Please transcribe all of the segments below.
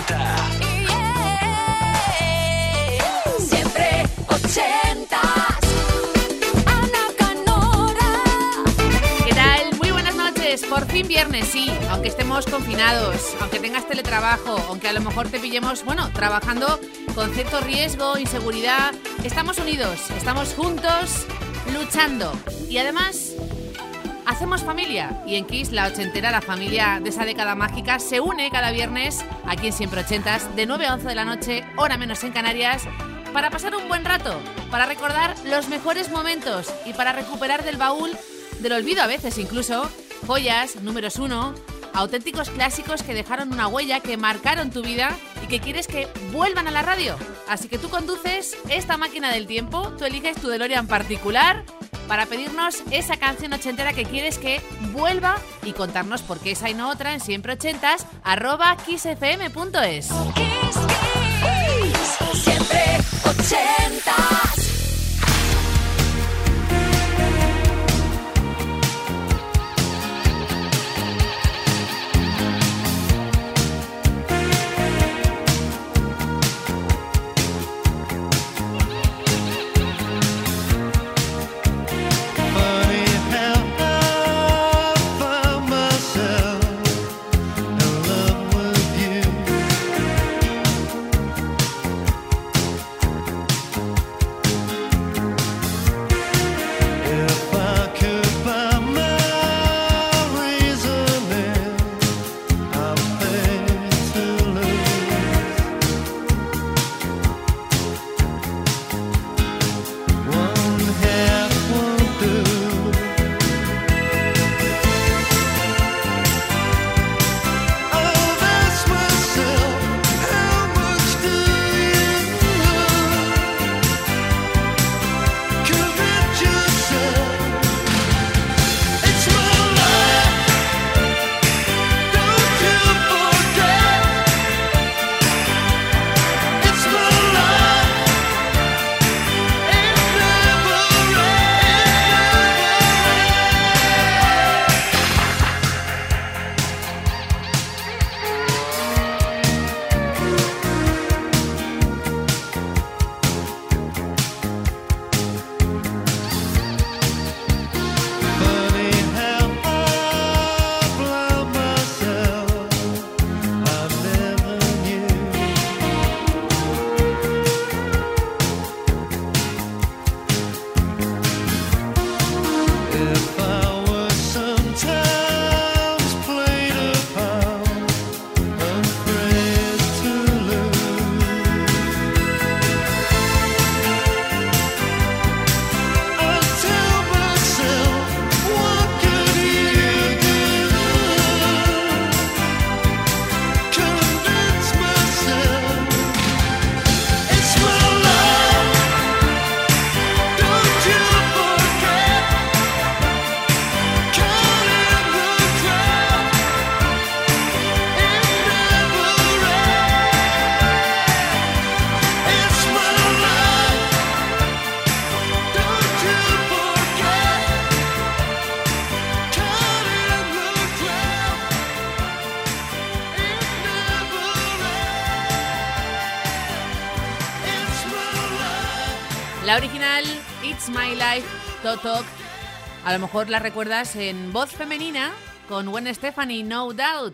80. Siempre 80s. Ana Canora. ¿Qué tal? Muy buenas noches. Por fin viernes, sí. Aunque estemos confinados, aunque tengas teletrabajo, aunque a lo mejor te pillemos, trabajando con cierto riesgo, inseguridad, estamos unidos, estamos juntos, luchando. Y además, hacemos familia. Y en Kiss, la ochentera, la familia de esa década mágica, se une cada viernes, aquí en Siempre 80s, de 9 a 11 de la noche, hora menos en Canarias, para pasar un buen rato, para recordar los mejores momentos y para recuperar del baúl, del olvido a veces incluso, joyas, números 1, auténticos clásicos que dejaron una huella, que marcaron tu vida y que quieres que vuelvan a la radio. Así que tú conduces esta máquina del tiempo, tú eliges tu DeLorean particular para pedirnos esa canción ochentera que quieres que vuelva y contarnos por qué esa y no otra en siempre80s @kissfm.es. Kiss, Kiss. Siempre 80s. La original, It's My Life, Totok. A lo mejor la recuerdas en voz femenina con Gwen Stefani, No Doubt.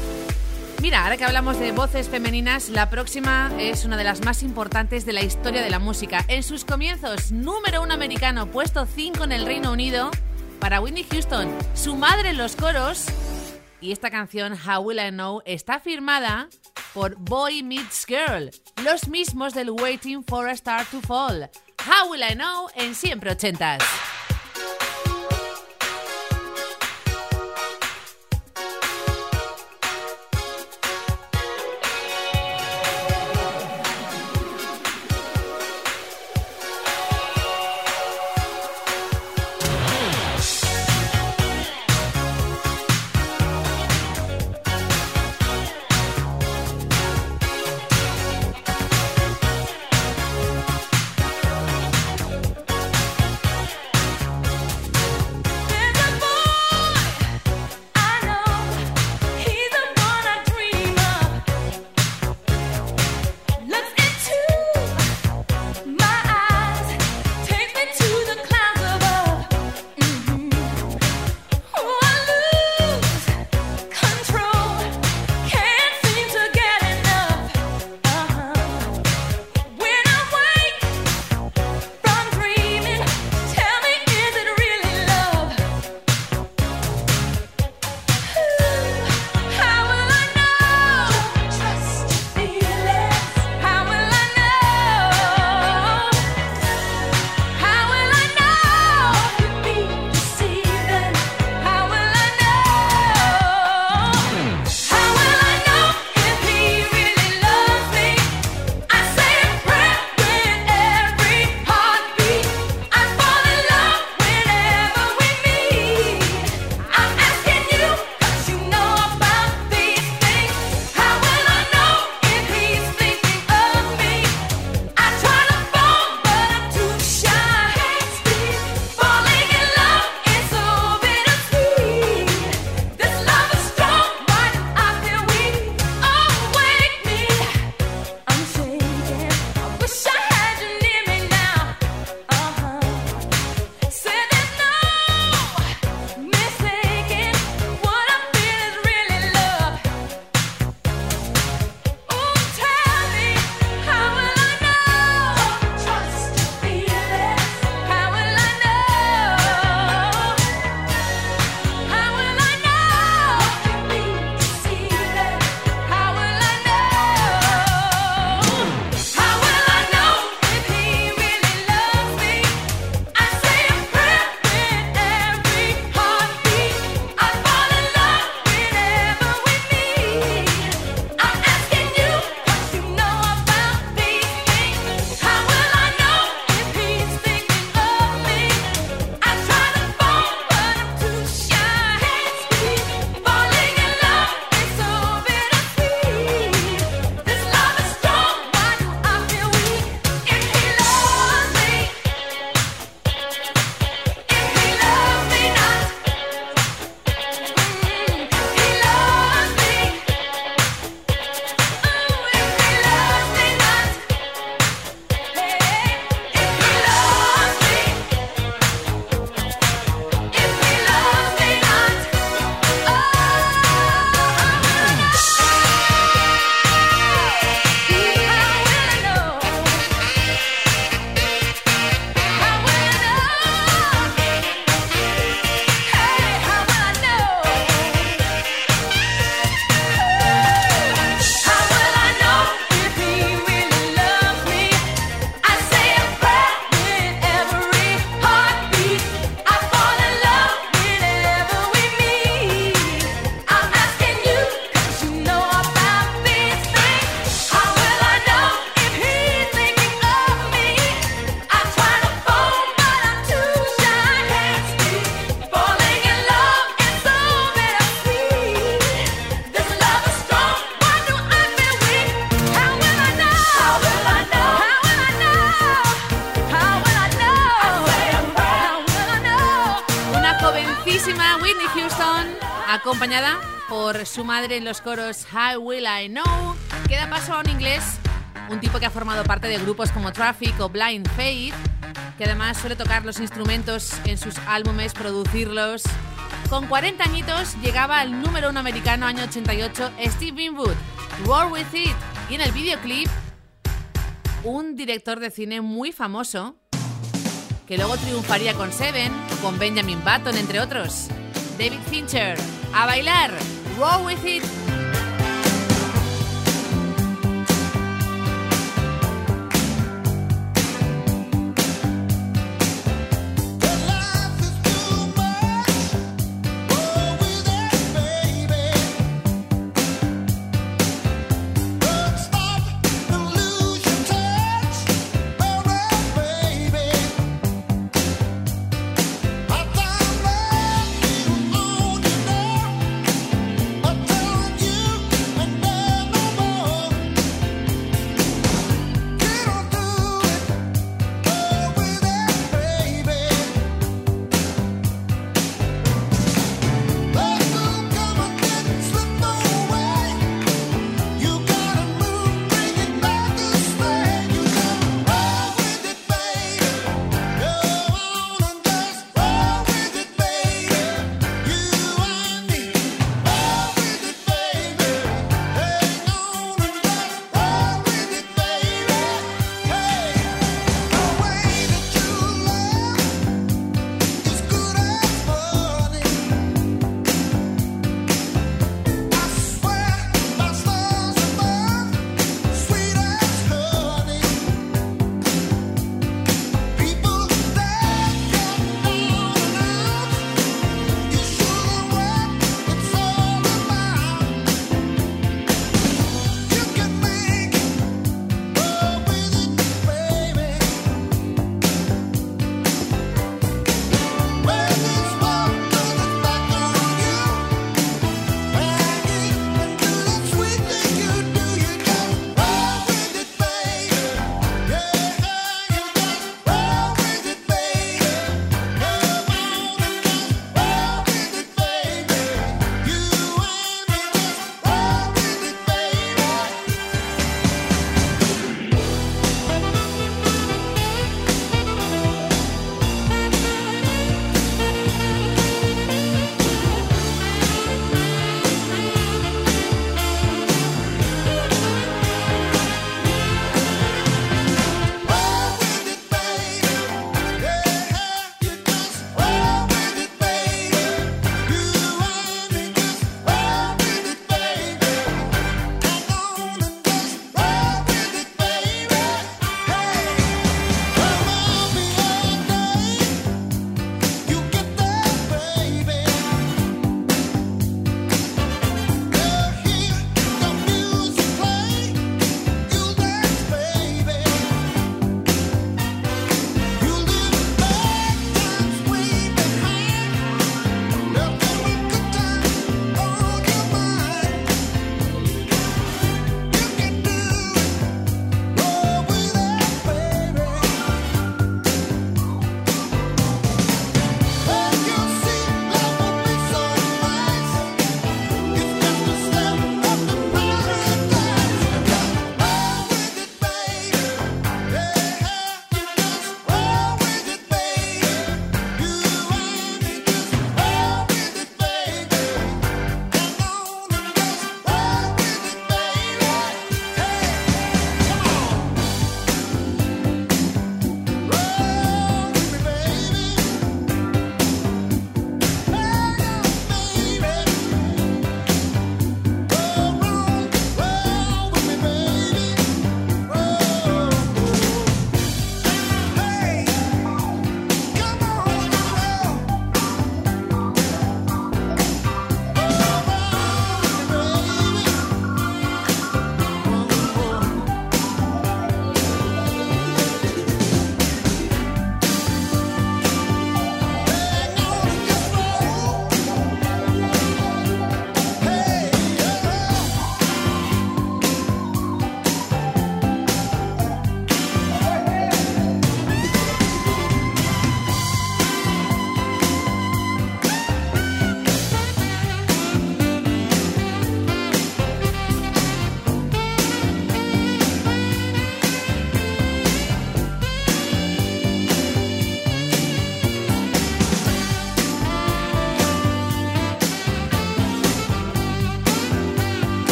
Mira, ahora que hablamos de voces femeninas, la próxima es una de las más importantes de la historia de la música. En sus comienzos, número 1 americano, puesto 5 en el Reino Unido para Whitney Houston, su madre en los coros. Y esta canción, How Will I Know, está firmada por Boy Meets Girl, los mismos del Waiting for a Star to Fall. How Will I Know en Siempre 80s. acompañada por su madre en los coros How Will I Know, que da paso a un inglés, un tipo que ha formado parte de grupos como Traffic o Blind Faith, que además suele tocar los instrumentos en sus álbumes, producirlos. Con 40 añitos llegaba al número 1 americano año 88 Steve Winwood, Roll With It, y en el videoclip un director de cine muy famoso que luego triunfaría con Seven, con Benjamin Button, entre otros, David Fincher. A bailar, Roll With It. I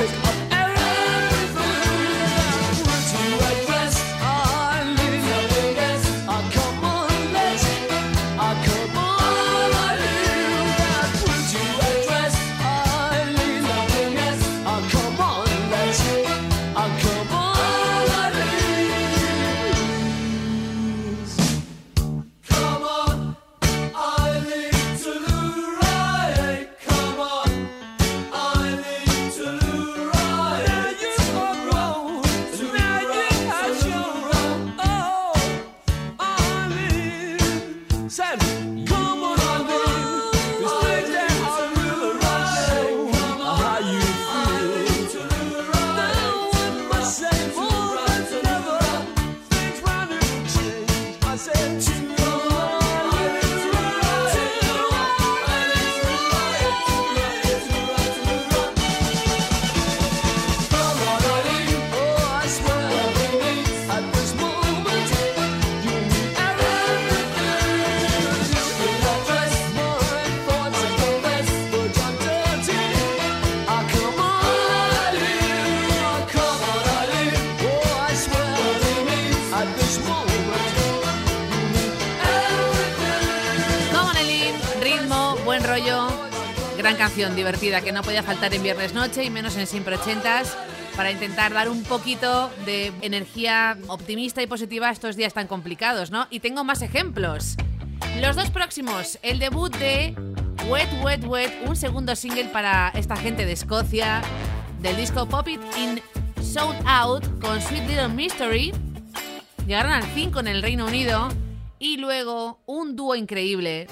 Gran canción divertida que no podía faltar en Viernes Noche y menos en Siempre Ochentas, para intentar dar un poquito de energía optimista y positiva a estos días tan complicados, ¿no? Y tengo más ejemplos. Los dos próximos, el debut de Wet Wet Wet, un segundo single para esta gente de Escocia, del disco Pop It In Sold Out con Sweet Little Mystery. Llegaron al 5 en el Reino Unido. Y luego un dúo increíble,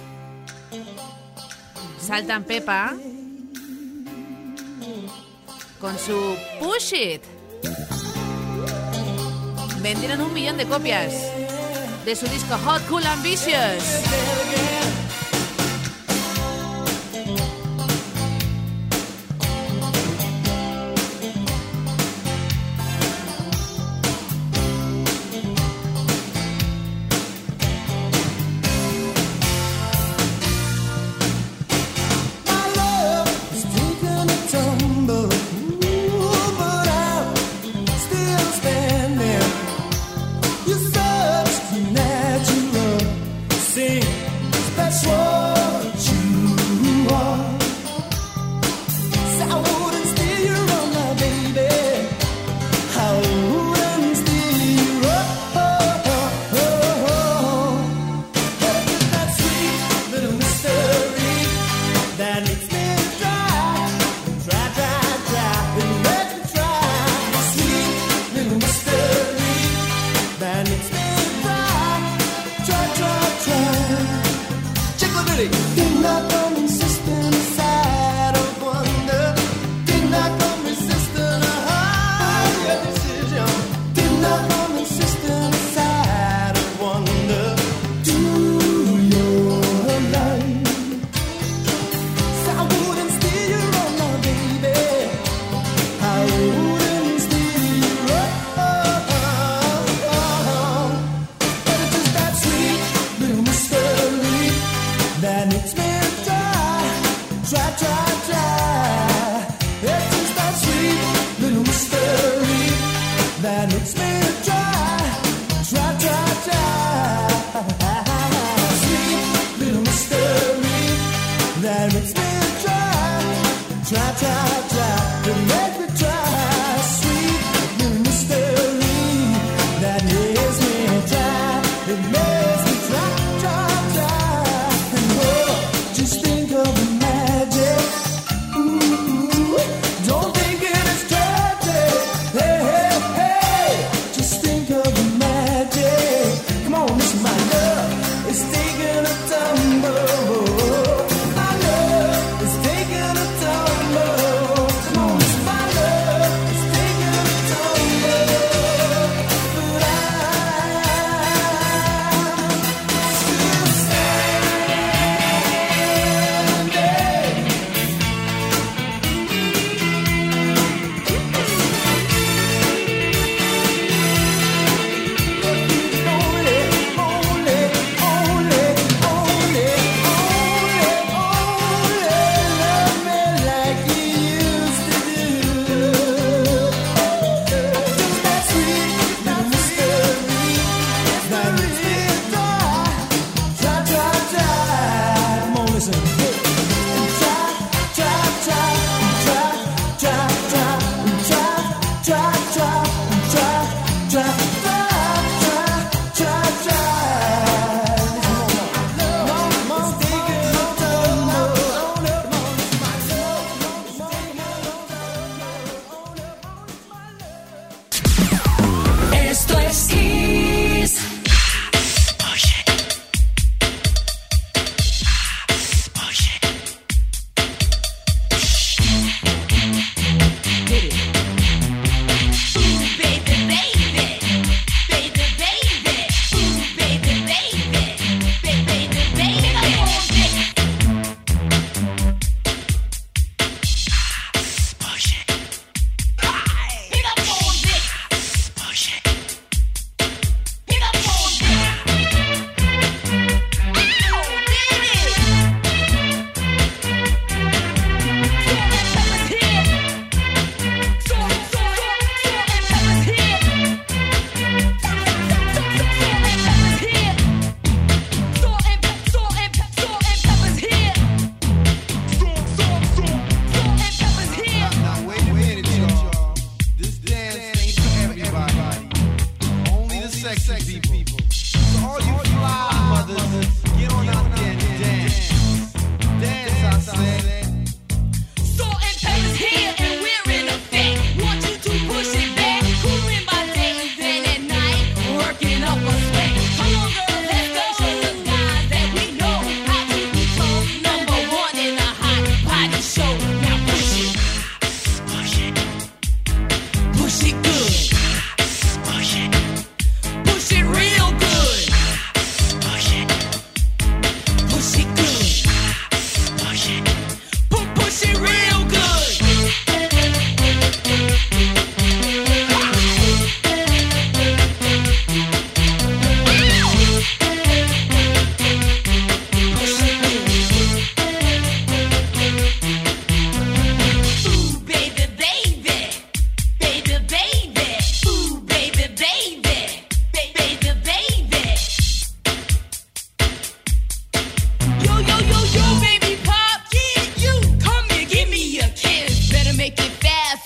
Salt and Peppa, con su Push It. Vendieron 1 millón de copias de su disco Hot, Cool, Ambitious. You're such a natural. Sing.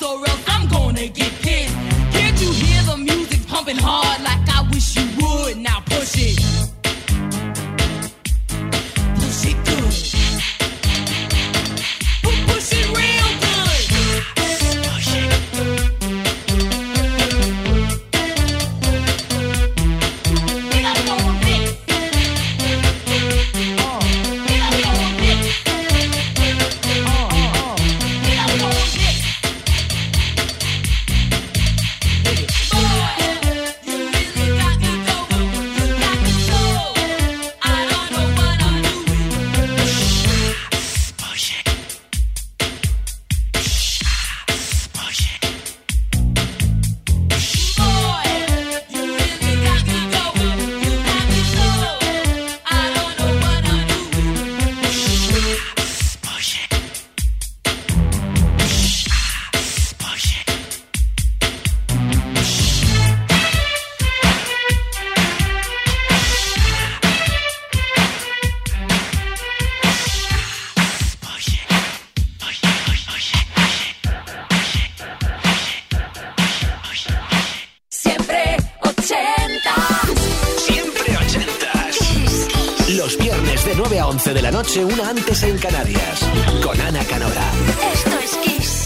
fast or else I'm gonna get pissed. Can't you hear the music pumping hard like I wish you would? Now push it. Push it good. Push it real good. Push it. Get up on it. Get up on it. Get up on it. Siempre ochentas. Siempre ochentas. Los viernes de 9 a 11 de la noche, una antes en Canarias. Con Ana Canora. Esto es Kiss.